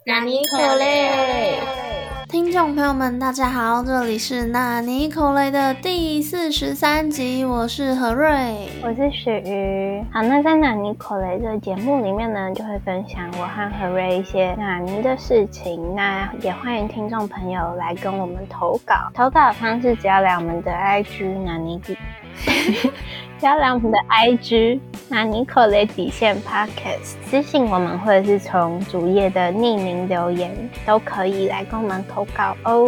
纳尼可雷， 听众朋友们大家好，这里是纳尼可雷的第43集，我是何瑞， 我是雪鱼。好，那在纳尼可雷的节目里面呢，就会分享我和何瑞一些纳尼的事情，那也欢迎听众朋友来跟我们投稿。投稿的方式只要来我们的 IG 纳尼只要来我们的 IG 纳尼可雷_podcast 私信我们，或者是从主页的匿名留言都可以来跟我们投稿哦。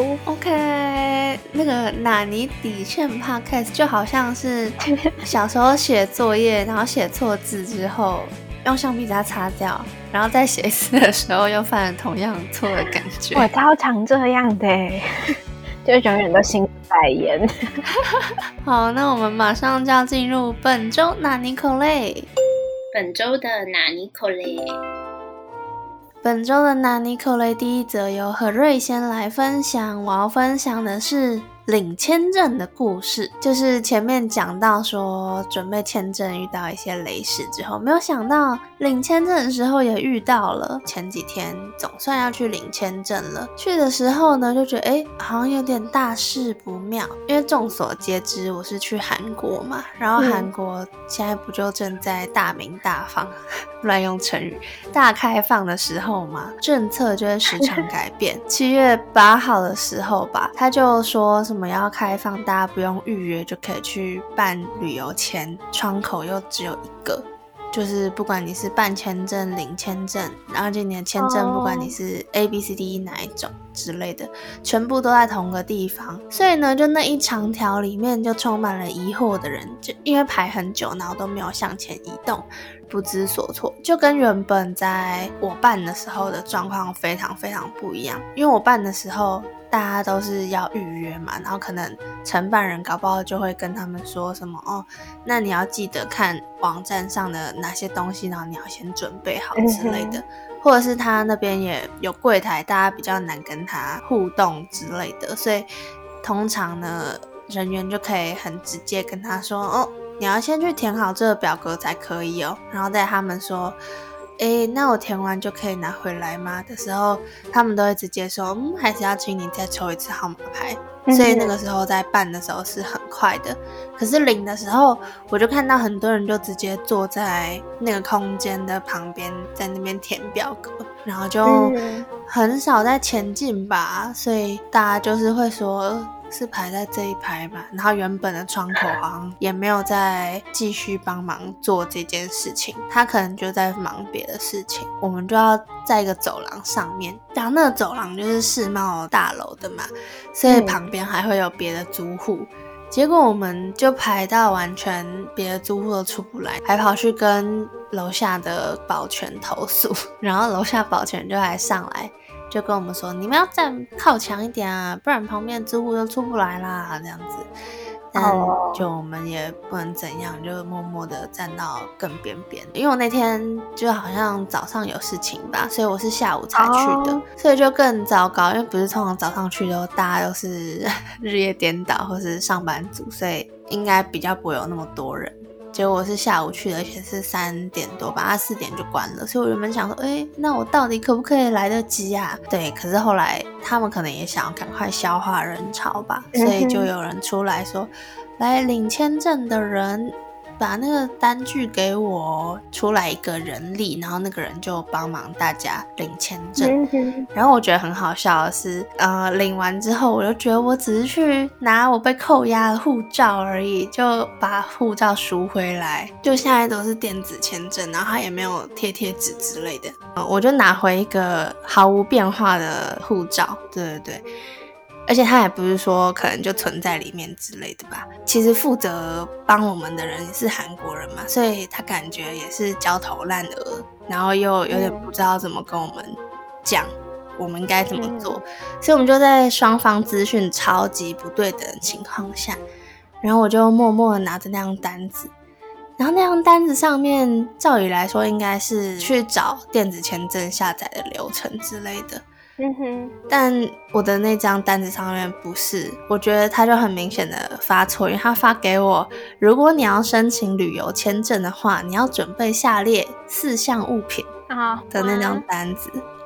OK， 那个纳尼_podcast 就好像是小时候写作业然后写错字之后用橡皮擦擦掉，然后再写一次的时候又犯了同样错的感觉。 我超常这样的就永远都心不在焉。 好，那我们马上就要进入本周纳尼可雷。 本周的纳尼可雷， 本周的纳尼可雷第一则由何瑞先来分享。我要分享的是领签证的故事，就是前面讲到说准备签证遇到一些雷事之后，没有想到领签证的时候也遇到了。前几天总算要去领签证了，去的时候呢就觉得好像有点大事不妙，因为众所皆知我是去韩国嘛，然后韩国现在不就正在大鸣大放乱用成语大开放的时候嘛，政策就会时常改变。7月8号的时候吧，他就说什么要开放大家不用预约就可以去办旅游签，窗口又只有一个，就是不管你是办签证领签证，然后你的签证不管你是 ABCD 哪一种之类的，全部都在同个地方。所以呢就那一长条里面就充满了疑惑的人，就因为排很久然后都没有向前移动，不知所措，就跟原本在我办的时候的状况非常非常不一样。因为我办的时候大家都是要预约嘛，然后可能承办人搞不好就会跟他们说什么那你要记得看网站上的哪些东西，然后你要先准备好之类的，或者是他那边也有柜台，大家比较难跟他互动之类的，所以通常呢人员就可以很直接跟他说你要先去填好这个表格才可以然后在他们说那我填完就可以拿回来吗的时候，他们都会直接说还是要请你再抽一次号码牌。所以那个时候在办的时候是很快的，可是领的时候我就看到很多人就直接坐在那个空间的旁边在那边填表格，然后就很少在前进吧，所以大家就是会说是排在这一排吧，然后原本的窗口好像也没有再继续帮忙做这件事情，他可能就在忙别的事情。我们就要在一个走廊上面，然后那个走廊就是世贸大楼的嘛，所以旁边还会有别的租户，结果我们就排到完全别的租户都出不来，还跑去跟楼下的保全投诉，然后楼下保全就还上来就跟我们说你们要站靠墙一点啊，不然旁边租户就出不来啦这样子。但就我们也不能怎样，就默默的站到更边边，因为我那天就好像早上有事情吧，所以我是下午才去的所以就更糟糕，因为不是通常早上去的大家都是日夜颠倒或是上班族，所以应该比较不会有那么多人。结果我是下午去的，而且是3点多吧，4点就关了，所以我原本想说那我到底可不可以来得及啊？对，可是后来他们可能也想要赶快消化人潮吧，所以就有人出来说来领签证的人把那个单据给我，出来一个人力，然后那个人就帮忙大家领签证然后我觉得很好笑的是领完之后我就觉得我只是去拿我被扣押的护照而已，就把护照赎回来，就现在都是电子签证，然后他也没有贴贴纸之类的我就拿回一个毫无变化的护照，对对对，而且他也不是说可能就存在里面之类的吧，其实负责帮我们的人是韩国人嘛，所以他感觉也是焦头烂额，然后又有点不知道怎么跟我们讲我们应该怎么做所以我们就在双方资讯超级不对等的情况下，然后我就默默的拿着那张单子，然后那张单子上面照理来说应该是去找电子签证下载的流程之类的但我的那张单子上面不是，我觉得他就很明显的发错，因为他发给我如果你要申请旅游签证的话，你要准备下列4项物品的那张单子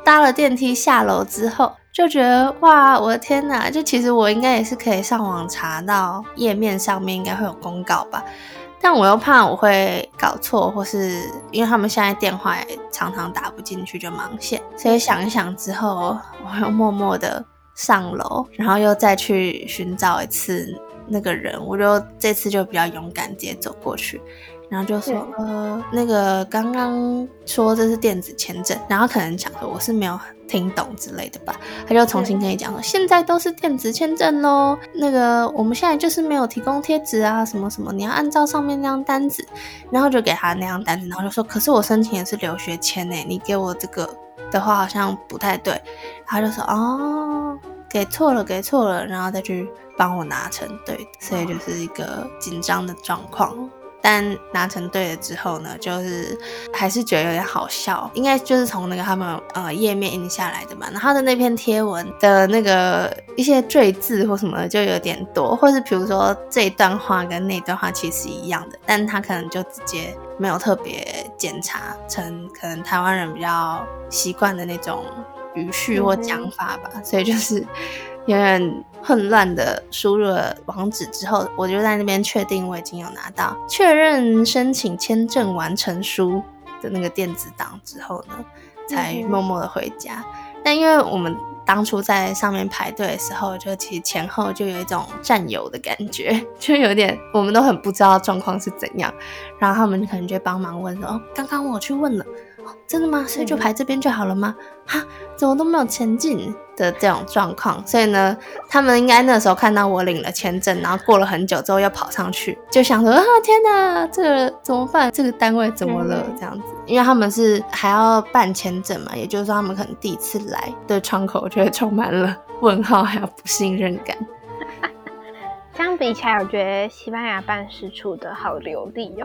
搭了电梯下楼之后，就觉得哇，我的天哪！就其实我应该也是可以上网查到页面上面应该会有公告吧，但我又怕我会搞错，或是因为他们现在电话也常常打不进去就忙线，所以想一想之后，我又默默的上楼，然后又再去寻找一次那个人，我就这次就比较勇敢，直接走过去。然后就说那个刚刚说这是电子签证，然后可能想说我是没有听懂之类的吧，他就重新跟你讲说现在都是电子签证咯，那个我们现在就是没有提供贴纸啊什么什么，你要按照上面那张单子，然后就给他那张单子，然后就说可是我申请的是留学签耶，你给我这个的话好像不太对，然后就说哦给错了，然后再去帮我拿成对的，所以就是一个紧张的状况。但拿成对了之后呢，就是还是觉得有点好笑，应该就是从那个他们页面印下来的嘛，然后他的那篇贴文的那个一些赘字或什么的就有点多，或是比如说这一段话跟那段话其实一样的，但他可能就直接没有特别检查成可能台湾人比较习惯的那种语序或讲法吧，所以就是有点混乱的输入了网址之后，我就在那边确定我已经有拿到确认申请签证完成书的那个电子档之后呢，才默默的回家。但因为我们当初在上面排队的时候，就其实前后就有一种战友的感觉，就有点我们都很不知道状况是怎样，然后他们可能就会帮忙问说哦，刚刚我去问了真的吗？所以就排这边就好了吗？哈，怎么都没有前进的这种状况，所以呢，他们应该那时候看到我领了签证，然后过了很久之后又跑上去，就想说啊，天哪，这个怎么办？这个单位怎么了？这样子，因为他们是还要办签证嘛，也就是说他们可能第一次来，对窗口就会充满了问号，还有不信任感。 相比起来，我觉得西班牙办事处的好流利哦。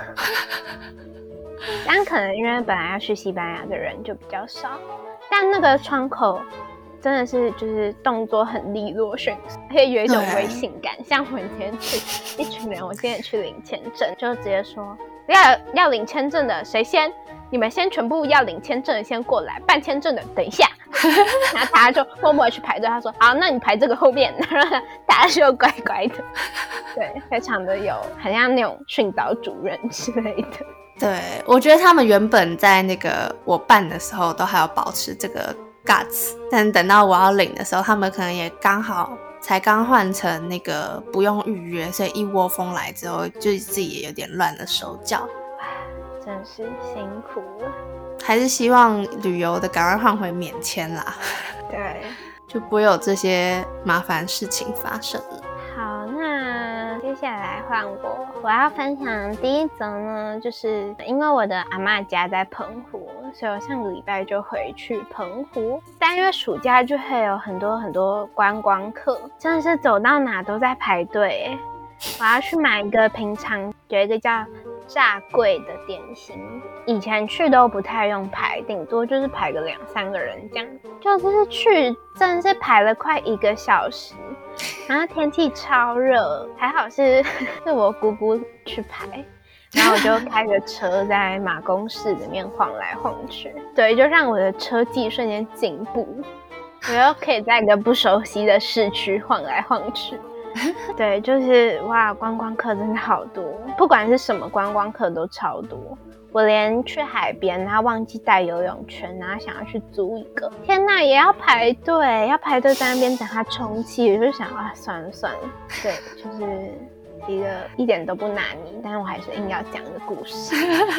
但可能因为本来要去西班牙的人就比较少，但那个窗口真的是就是动作很利落迅速，而且有一种微性感。像我今天去一群人，我今天去领签证，就直接说要领签证的谁先？你们先全部要领签证的先过来，办签证的等一下。然后大家就默默的去排队，他说好，那你排这个后面，然后大家就乖乖的，对，非常的有很像那种训导主任之类的。 对，我觉得他们原本在那个我办的时候都还要保持这个 guts， 但等到我要领的时候，他们可能也才刚换成那个不用预约，所以一窝蜂来之后，就自己也有点乱了手脚。 真是辛苦了， 还是希望旅游的赶快换回免签啦。 对， 就不会有这些麻烦事情发生了。 好，那接下来换我要分享第一则呢，就是因为我的阿嬷家在澎湖，所以我上个礼拜就回去澎湖。但因为暑假就会有很多观光客，真的是走到哪都在排队耶。我要去买一个平常有一个叫炸柜的点心，以前去都不太用排，顶多就是排个2-3个人这样。就是去真的是排了快1个小时，然后天气超热，还好是我姑姑去排，然后我就开着车在马公市里面晃来晃去，对，就让我的车技瞬间进步，我又可以在一个不熟悉的市区晃来晃去。对，就是哇，观光客真的好多，不管是什么观光客都超多。我连去海边，然后忘记带游泳圈，然后想要去租一个，天哪，也要排队在那边等它充气，我就想啊，算了，对，就是一个一点都不拿捏，但是我还是硬要讲的故事。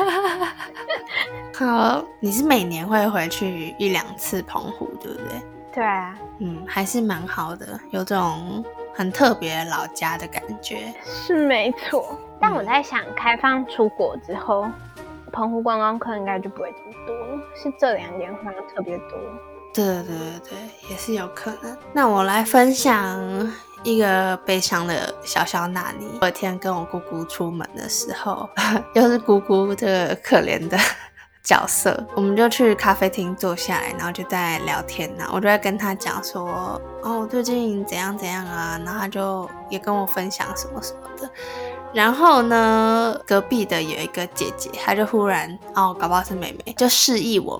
好，你是每年会回去1-2次澎湖，对不对？ 对啊， 还是蛮好的，有种很特别老家的感觉。 是没错，但我在想，开放出国之后，澎湖观光客应该就不会这么多了，是这2年好像特别多。 对，也是有可能。那我来分享一个悲伤的小纳尼。有一天跟我姑姑出门的时候，又是姑姑这个可怜的角色，我们就去咖啡厅坐下来，然后就在聊天啊，我就在跟他讲说我最近怎样啊，然后他就也跟我分享什么什么的。然后呢，隔壁的有一个姐姐，她就忽然搞不好是妹妹，就示意我们，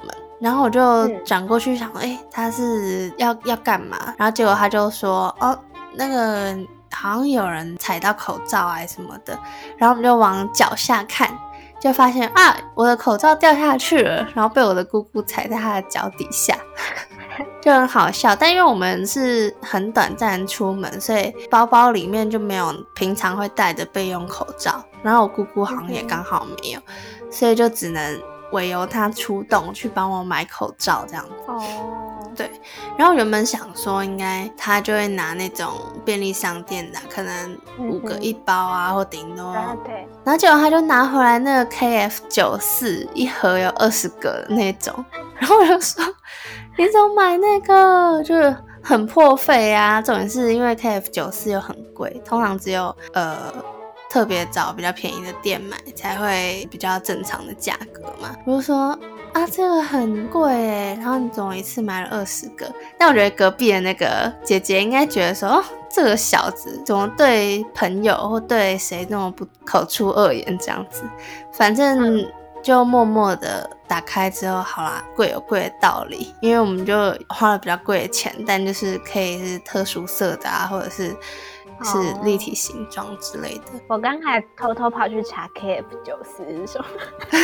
然后我就转过去想他是要干嘛，然后结果他就说那个好像有人踩到口罩还是什么的，然后我们就往脚下看，就发现我的口罩掉下去了，然后被我的姑姑踩在她的脚底下就很好笑。但因为我们是很短暂出门，所以包包里面就没有平常会带的备用口罩，然后我姑姑好像也刚好没有，所以就只能委由她出动去帮我买口罩这样子。对，然后原本想说应该他就会拿那种便利商店的，可能5个1包啊，或顶多对， 然后结果他就拿回来那个 KF94 一盒有20个的那种，然后我就说你怎么买那个，就是很破费啊，重点是因为 KF94 又很贵，通常只有特别找比较便宜的店买才会比较正常的价格嘛。我就说这个很贵耶，然后你怎么一次买了20个？但我觉得隔壁的那个姐姐应该觉得说这个小子怎么对朋友或对谁那么不口出恶言这样子，反正就默默的打开之后，好啦，贵有贵的道理，因为我们就花了比较贵的钱，但就是可以是特殊色的或者是立体形状之类的。 我刚才偷偷跑去查 KF94 是什么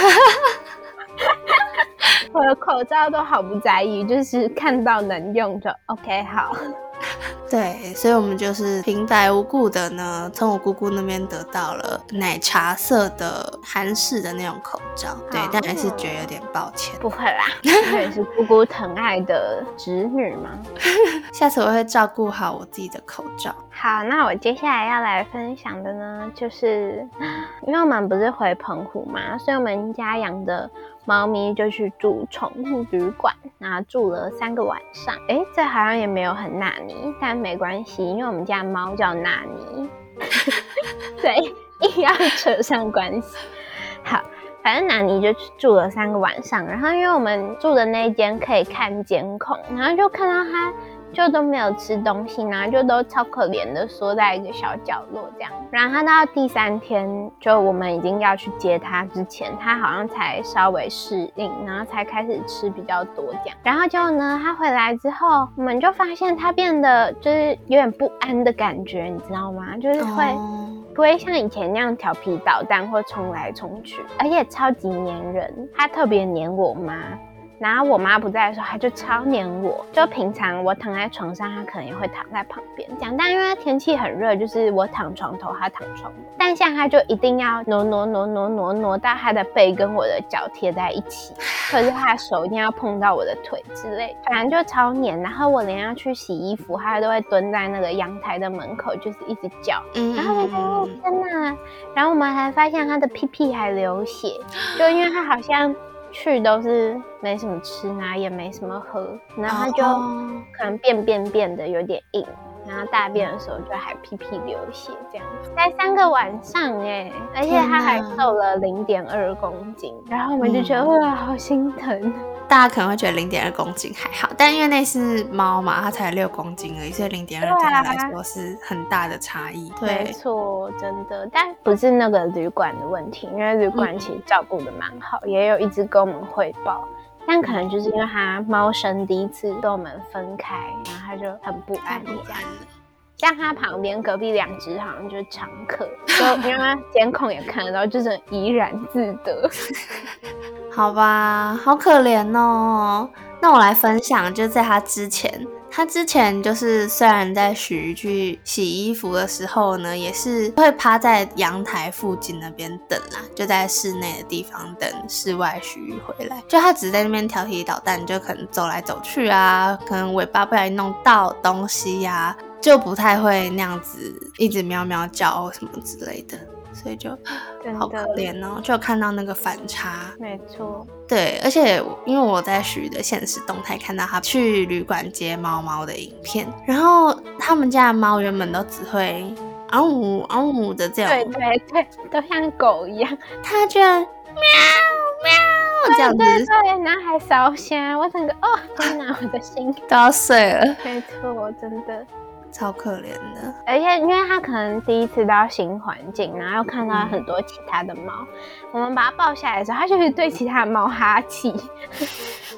我的口罩都好不在意，就是看到能用就 OK 好。 对，所以我们就是平白无故的呢，从我姑姑那边得到了奶茶色的韩式的那种口罩。对，但还是觉得有点抱歉。 不会啦，我也是姑姑疼爱的侄女嘛。 下次我会照顾好我自己的口罩。 好，那我接下来要来分享的呢，就是因为我们不是回澎湖嘛，所以我们家养的猫咪就去住宠物旅馆，然后住了3个晚上。这好像也没有很纳尼，但没关系，因为我们家猫叫纳尼。对，硬要扯上关系。好，反正纳尼就住了3个晚上，然后因为我们住的那间可以看监控，然后就看到它就都没有吃东西，然后就都超可怜的缩在一个小角落这样。然后他到第3天，就我们已经要去接他之前，他好像才稍微适应，然后才开始吃比较多这样。然后结果呢，他回来之后，我们就发现他变得就是有点不安的感觉，你知道吗？就是不会像以前那样调皮捣蛋或冲来冲去，而且超级黏人，他特别黏我妈。然后我妈不在的时候，她就超黏我。就平常我躺在床上，她可能也会躺在旁边这样。但因为天气很热，就是我躺床头，她躺床尾。但现在她就一定要挪到她的背跟我的脚贴在一起，或者是她的手一定要碰到我的腿之类，反正就超黏。然后我连要去洗衣服，她都会蹲在那个阳台的门口，就是一直叫。然后我就说天哪！然后我们还发现她的屁屁还流血，就因为她好像去都是没什么吃啊，也没什么喝，然后他就可能变得有点硬，然后大便的时候就还屁屁流血这样子，才3个晚上而且他还瘦了0.2公斤，然后我们就觉得哇，好心疼。 大家可能会觉得0.2公斤还好，但因为那是猫嘛，它才6公斤而已，所以0.2对它来说是很大的差异。对， 没错，真的，但不是那个旅馆的问题，因为旅馆其实照顾的蛮好，也有一直跟我们汇报。但可能就是因为它猫生第一次跟我们分开，然后它就很不安这样。像它旁边隔壁2只好像就是常客，就因为它监控也看得到，就是怡然自得。 好吧，好可怜哦。那我来分享，就在他之前就是虽然在许瑜去洗衣服的时候呢，也是会趴在阳台附近那边等啦，就在室内的地方等室外许瑜回来。就他只在那边调皮捣蛋，就可能走来走去啊，可能尾巴不小心弄到东西啊，就不太会那样子一直喵喵叫或什么之类的。所以就好可怜哦，就有看到那个反差。 没错， 对，而且因为我在许的现实动态看到他去旅馆接猫猫的影片，然后他们家的猫原本都只会嗷呜嗷呜的这种， 对，都像狗一样， 他居然喵喵这样子， 对，然后还烧香，我整个天哪，我的心都要碎了。 没错，真的。 超可怜的， 而且因为他可能第一次到新环境，然后又看到很多其他的猫，我们把它抱下来的时候，他就会对其他的猫哈气，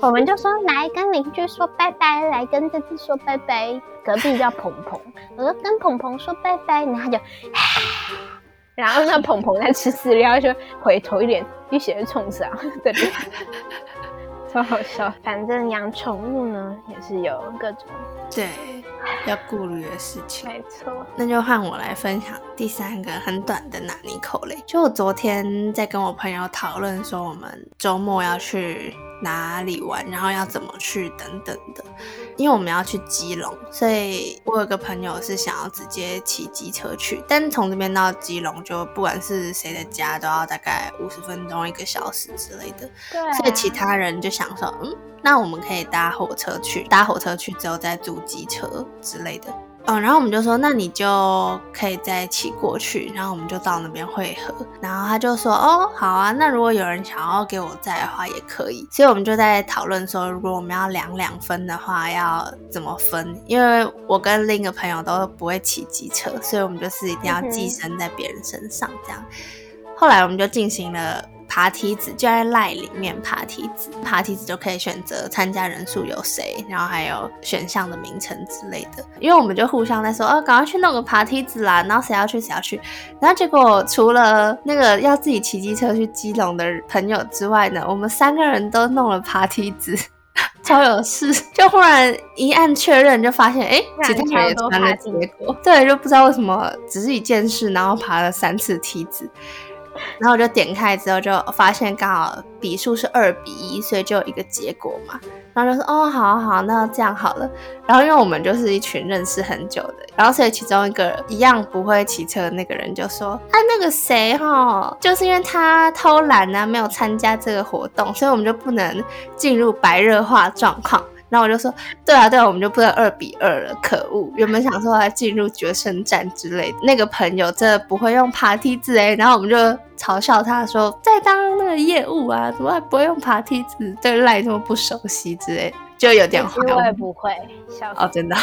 我们就说来跟邻居说拜拜，来跟这只说拜拜。隔壁叫鹏鹏，我说跟鹏鹏说拜拜，然后他就，然后那鹏鹏在吃饲料，就回头一脸一血冲上的脸，超好笑。反正养宠物呢，也是有各种对要顾虑的事情。 没错， 那就换我来分享第3个很短的拿尼口雷。就我昨天在跟我朋友讨论说，我们周末要去哪里玩，然后要怎么去等等的。因为我们要去基隆，所以我有个朋友是想要直接骑机车去，但从这边到基隆就不管是谁的家都要大概50分钟1个小时之类的。 对啊， 所以其他人就想说那我们可以搭火车去，搭火车去之后再租机车之类的。然后我们就说那你就可以再骑过去，然后我们就到那边汇合。然后他就说好啊，那如果有人想要给我载的话也可以。所以我们就在讨论说，如果我们要2分的话要怎么分，因为我跟另一个朋友都不会骑机车，所以我们就是一定要寄生在别人身上这样。后来我们就进行了爬梯子，就在 LINE 里面爬梯子，爬梯子就可以选择参加人数有谁，然后还有选项的名称之类的。因为我们就互相在说赶快去弄个爬梯子啦，然后谁要去谁要去。然后结果除了那个要自己骑机车去基隆的朋友之外呢，我们3个人都弄了爬梯子，超有事。就忽然一按确认就发现其他人也穿了，结果对，就不知道为什么只是一件事，然后爬了3次梯子。然后我就点开之后就发现刚好比数是2:1，所以就有一个结果嘛。然后就说好，那这样好了。然后因为我们就是一群认识很久的，然后所以其中一个一样不会骑车的那个人就说那个谁就是因为他偷懒啊，没有参加这个活动，所以我们就不能进入白热化状况。然后我就说对啊，我们就不能2:2了，可恶！原本想说来进入决胜战之类的，那个朋友真的不会用爬梯子然后我们就嘲笑他说在当那个业务啊，怎么还不会用爬梯子，对LINE这么不熟悉之类的，就有点荒谬。 我也不会笑死真的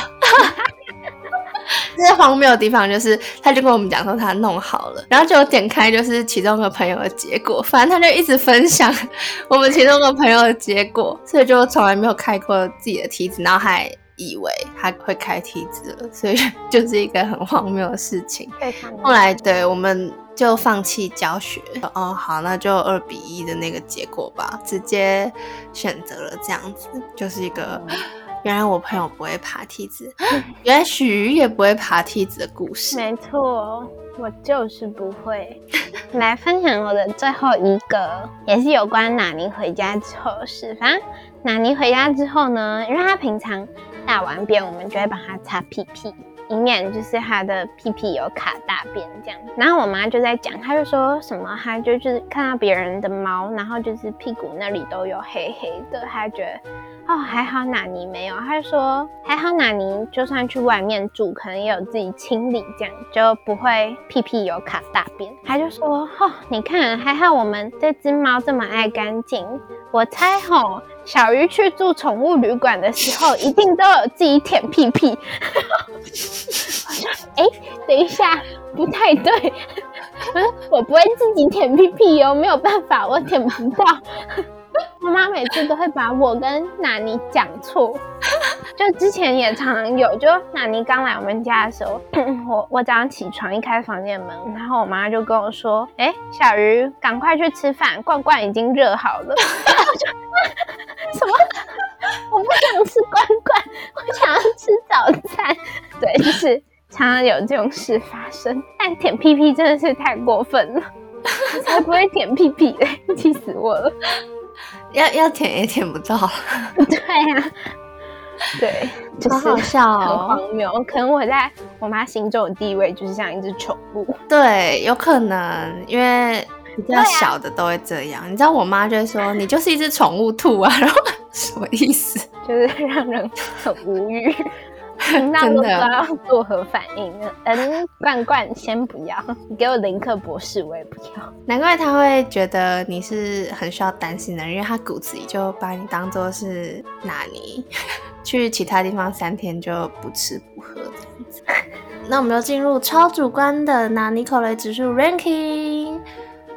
最荒谬的地方就是他就跟我们讲说他弄好了，然后就点开就是其中一个朋友的结果，反正他就一直分享我们其中一个朋友的结果，所以就从来没有开过自己的梯子，然后还以为他会开梯子了，所以就是一个很荒谬的事情。后来对我们就放弃教学，好，那就2:1的那个结果吧，直接选择了这样子，就是一个原来我朋友不会爬梯子，原来许瑜也不会爬梯子的故事。 没错，我就是不会。来分享我的最后一个，也是有关纳尼回家之后的事。反正纳尼回家之后呢，因为他平常大完便，我们就会帮他擦屁屁，以免就是他的屁屁有卡大便这样。然后我妈就在讲，她就说什么，她就是看到别人的猫，然后就是屁股那里都有黑黑的，她觉得还好纳尼没有。她就说还好纳尼就算去外面住，可能也有自己清理，这样就不会屁屁有卡大便。她就说你看还好我们这只猫这么爱干净，我猜小鱼去住宠物旅馆的时候一定都有自己舔屁屁。等一下，不太对。我不会自己舔屁屁没有办法，我舔不到。妈妈每次都会把我跟纳尼讲错，就之前也常常有，就纳尼刚来我们家的时候，我早上起床一开房间门，然后我妈就跟我说小鱼赶快去吃饭，罐罐已经热好了。然后就什么我不想吃罐罐，我想要吃早餐。对，就是常常有这种事发生，但舔屁屁真的是太过分了，我才不会舔屁屁气死我了。 要舔也舔不到。 对啊，对，就是好好笑很荒谬。可能我在我妈心中的地位就是像一只宠物。 对，有可能，因为比较小的都会这样。你知道我妈就会说你就是一只宠物兔啊，然后什么意思？ 就是让人很无语。听到都不知道要作何反应。罐罐先不要，你给我林克博士我也不要。 难怪他会觉得你是很需要担心的人，因为他骨子里就把你当作是纳尼，去其他地方3天就不吃不喝这样子。那我们就进入超主观的纳尼口雷指数 ranking。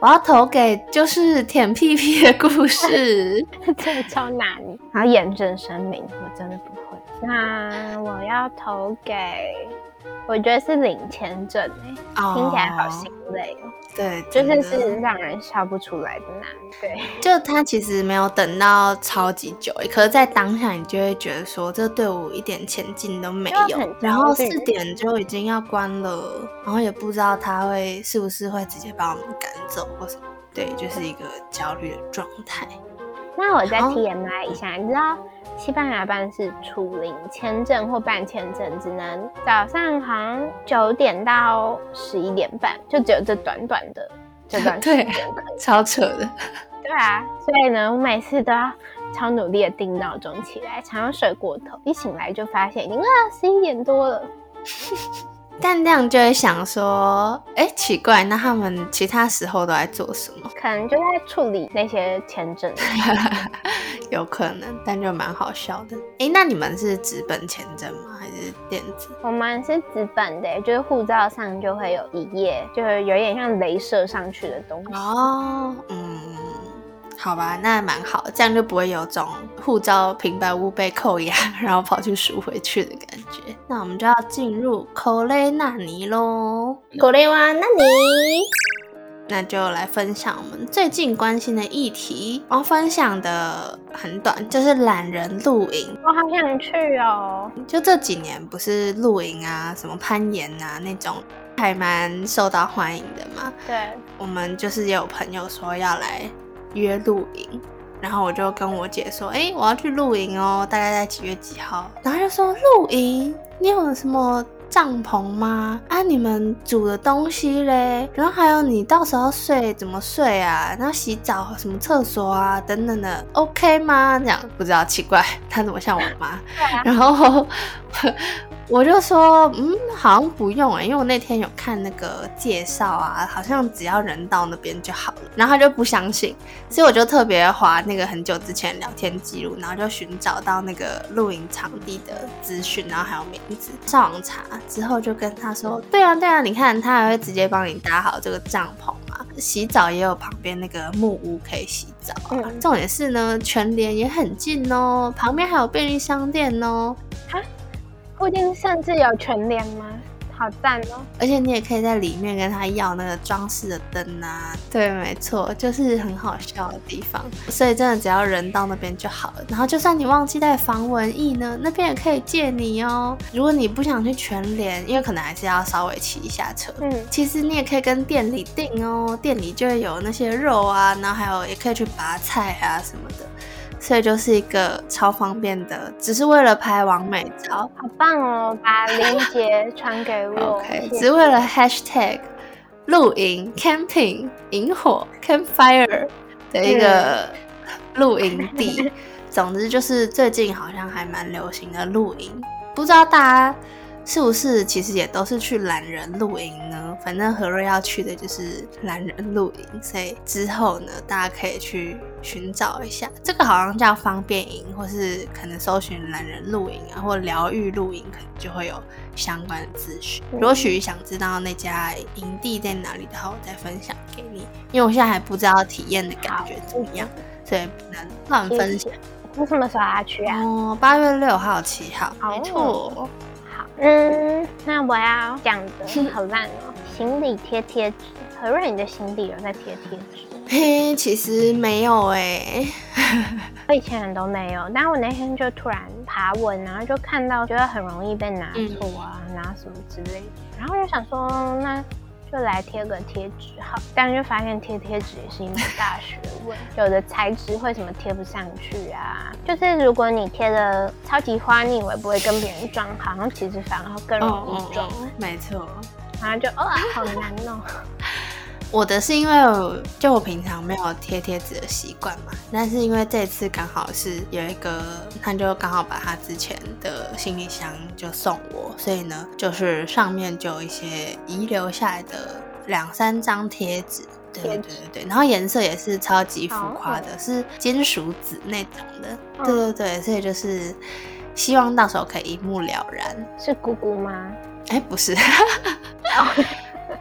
我要投给就是舔屁屁的故事。 这个超难。然后严正声明，我真的不会。那我要投给，我觉得是领签证听起来好心累哦。 对， 就是让人笑不出来的难。对， 就他其实没有等到超级久，可是在当下你就会觉得说这队伍一点前进都没有，然后4点就已经要关了，然后也不知道他是不是会直接把我们赶走或什么。对，就是一个焦虑的状态。 那我再 TMI 一下，你知道西班牙办事处领签证或办签证只能早上好像9点到11点半，就只有这短短的这段时间可以。 对，超扯的。 对啊，所以呢，我每次都要超努力的定闹钟起来，常常睡过头，一醒来就发现已经11点多了。 但这样就会想说，奇怪，那他们其他时候都在做什么？ 可能就在处理那些签证。 有可能，但就蛮好笑的。那你们是纸本签证吗？还是电子？ 我们是纸本的，就是护照上就会有一页，就是有点像雷射上去的东西。 哦，好吧，那蛮好的，这样就不会有种护照平白无故被扣押，然后跑去赎回去的感觉。那我们就要进入口雷纳尼咯。 口雷哇纳尼， 那就来分享我们最近关心的议题。我要分享的很短，就是懒人露营。 我好想去哦！ 就这几年不是露营啊、什么攀岩啊那种，还蛮受到欢迎的嘛。 对， 我们就是也有朋友说要来约露营，然后我就跟我姐说，我要去露营哦，大概在几月几号。然后就说露营，你有什么帐篷吗？你们煮的东西嘞？然后还有你到时候睡怎么睡啊？然后洗澡什么厕所啊等等的 ，OK 吗？这样不知道奇怪，他怎么像我妈？然后我就说，好像不用因为我那天有看那个介绍啊，好像只要人到那边就好了。然后他就不相信，所以我就特别滑那个很久之前聊天记录，然后就寻找到那个露营场地的资讯，然后还有名字，上网查之后就跟他说，对啊，你看他还会直接帮你搭好这个帐篷啊，洗澡也有旁边那个木屋可以洗澡啊。重点是呢，全联也很近哦，旁边还有便利商店哦。 附近甚至有全联吗？好赞哦！ 而且你也可以在里面跟他要那个装饰的灯啊。对，没错，就是很好笑的地方。所以真的只要人到那边就好了。然后就算你忘记带防蚊液呢，那边也可以借你哦。如果你不想去全联，因为可能还是要稍微骑一下车，其实你也可以跟店里订哦，店里就会有那些肉啊，然后还有也可以去拔菜啊什么的。所以就是一个超方便的，只是为了拍完美照。 好棒哦，把链接传给我。 OK， 只是为了 hashtag 露营 camping 萤火 campfire 的一个露营地。总之就是最近好像还蛮流行的露营，不知道大家是不是其实也都是去懒人露营呢？反正何瑞要去的就是懒人露营，所以之后呢，大家可以去寻找一下，这个好像叫方便营，或是可能搜寻懒人露营啊，或疗愈露营，可能就会有相关的资讯。如果想知道那家营地在哪里的话，我再分享给你，因为我现在还不知道体验的感觉怎么样，所以不能乱分享。 你什么时候要去啊 ？8月6号、7号，没错。 好，那我要讲的好烂哦，行李贴贴纸。何瑞，你的行李有在贴贴纸？ 其实没有我以前都没有，但我那天就突然爬文，然后就看到，觉得很容易被拿错啊，拿什么之类的，然后就想说，那就来贴个贴纸好，但就发现贴贴纸也是一门大学问，有的材质会什么贴不上去啊，就是如果你贴的超级花，你以为不会跟别人撞，好像其实反而更容易撞。 没错， 然后就好难哦。 我的是因为我平常没有贴贴纸的习惯嘛，但是因为这次刚好是有一个，他就刚好把他之前的行李箱就送我，所以呢，就是上面就有一些遗留下来的2-3张贴纸。对，然后颜色也是超级浮夸的，是金属紫那种的。对，所以就是希望到时候可以一目了然。 是姑姑吗？ 不是。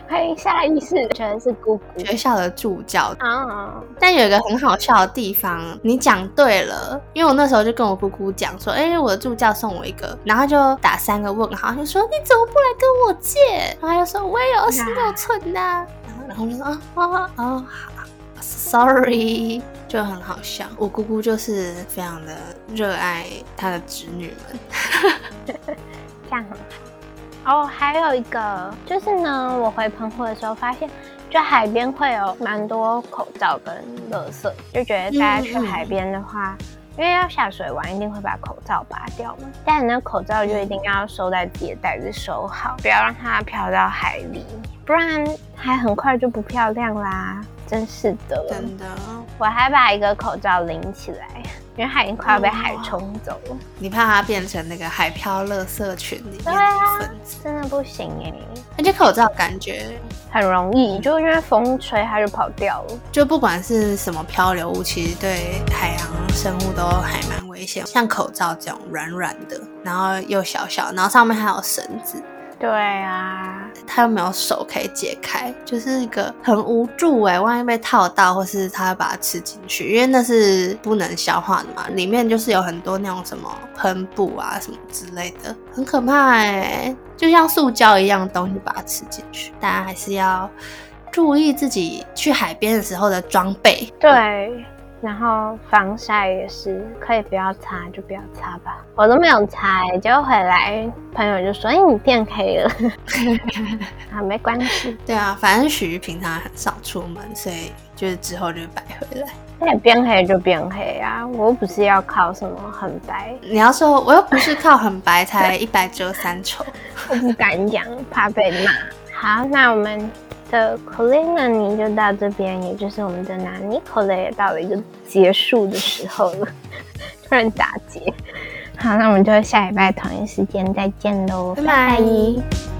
会下意识觉得是姑姑学校的助教。 哦， 但有一个很好笑的地方，你讲对了，因为我那时候就跟我姑姑讲说，我的助教送我一个，然后就打3个问号，就说你怎么不来跟我借？然后他就说我也有26寸的啊，然后我就说好，sorry， 就很好笑。我姑姑就是非常的热爱她的侄女们， 这样很好。哦，还有一个就是呢，我回澎湖的时候发现，就海边会有蛮多口罩跟垃圾，就觉得大家去海边的话，因为要下水玩，一定会把口罩拔掉嘛。但那口罩就一定要收在自己的袋子收好，不要让它飘到海里，不然海很快就不漂亮啦。真是的， 真的。 我还把一个口罩拎起来，因为它已经快要被海冲走了。 你怕它变成那个海漂垃圾群里面的一份子， 真的不行耶。 而且口罩感觉很容易，就因为风吹它就跑掉了。 就不管是什么漂流物，其实对海洋生物都还蛮危险。像口罩这种软软的，然后又小小，然后上面还有绳子。 对啊， 它又没有手可以解开，就是一个很无助万一被套到，或是它把它吃进去，因为那是不能消化的嘛，里面就是有很多那种什么喷布啊什么之类的，很可怕就像塑胶一样的东西把它吃进去。大家还是要注意自己去海边的时候的装备。 对，然后防晒也是，可以不要擦就不要擦吧。我都没有擦结果回来朋友就说你变黑了啊，没关系。 对啊，反正许平常很少出门，所以就是之后就白回来。 那变黑就变黑啊，我又不是要靠什么很白。 你要说我又不是靠很白才100遮3丑我不敢讲，怕被骂。好，那我们的 Kolay 呢就到这边，也就是我们的拿尼 Kolay 也到了一个结束的时候了，突然打结。好，那我们就下礼拜同一时间再见喽，拜拜。